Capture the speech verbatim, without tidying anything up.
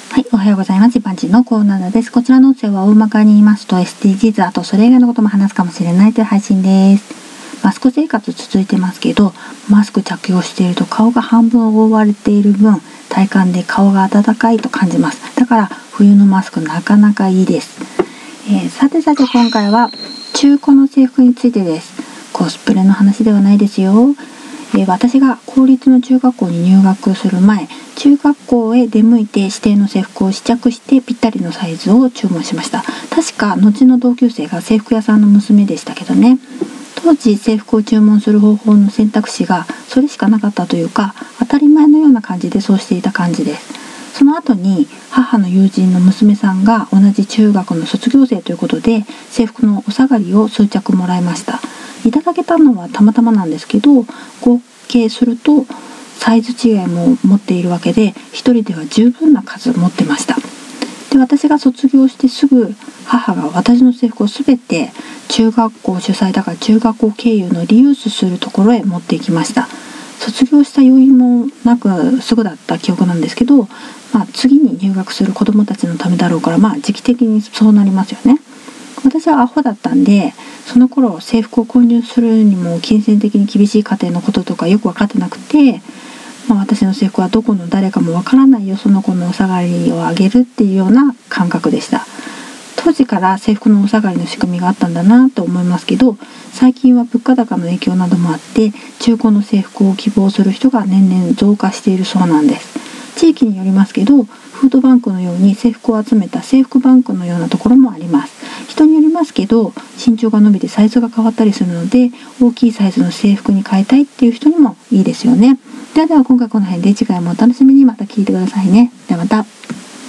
はい、おはようございます。一般人のコーナーです。こちらの音声は大まかに言いますと エスディージーズ、あとそれ以外のことも話すかもしれないという配信です。マスク生活続いてますけど、マスク着用していると顔が半分覆われている分、体感で顔が温かいと感じます。だから冬のマスクなかなかいいです。えー、さてさて今回は中古の制服についてです。コスプレの話ではないですよ。えー、私が公立の中学校に入学する前、中学校へ出向いて指定の制服を試着してぴったりのサイズを注文しました。確か後の同級生が制服屋さんの娘でしたけどね。当時制服を注文する方法の選択肢がそれしかなかったというか、当たり前のような感じでそうしていた感じです。その後に母の友人の娘さんが同じ中学の卒業生ということで制服のお下がりを数着もらいました。いただけたのはたまたまなんですけど、合計するとサイズ違いも持っているわけで一人では十分な数持ってました。で、私が卒業してすぐ母が私の制服を全て中学校主催だから中学校経由のリユースするところへ持っていきました。卒業した余韻もなくすぐだった記憶なんですけど、まあ、次に入学する子どもたちのためだろうから、まあ時期的にそうなりますよね。私はアホだったんで、その頃制服を購入するにも金銭的に厳しい家庭のこととかよく分かってなくて、まあ、私の制服はどこの誰かもわからないよその子のお下がりをあげるっていうような感覚でした。当時から制服のお下がりの仕組みがあったんだなと思いますけど、最近は物価高の影響などもあって中古の制服を希望する人が年々増加しているそうなんです。地域によりますけど、フードバンクのように制服を集めた制服バンクのようなところもあります。人によりますけど、身長が伸びてサイズが変わったりするので大きいサイズの制服に変えたいっていう人にもいいですよね。ではでは今回この辺で、次回もお楽しみに。また聞いてくださいね。ではまた。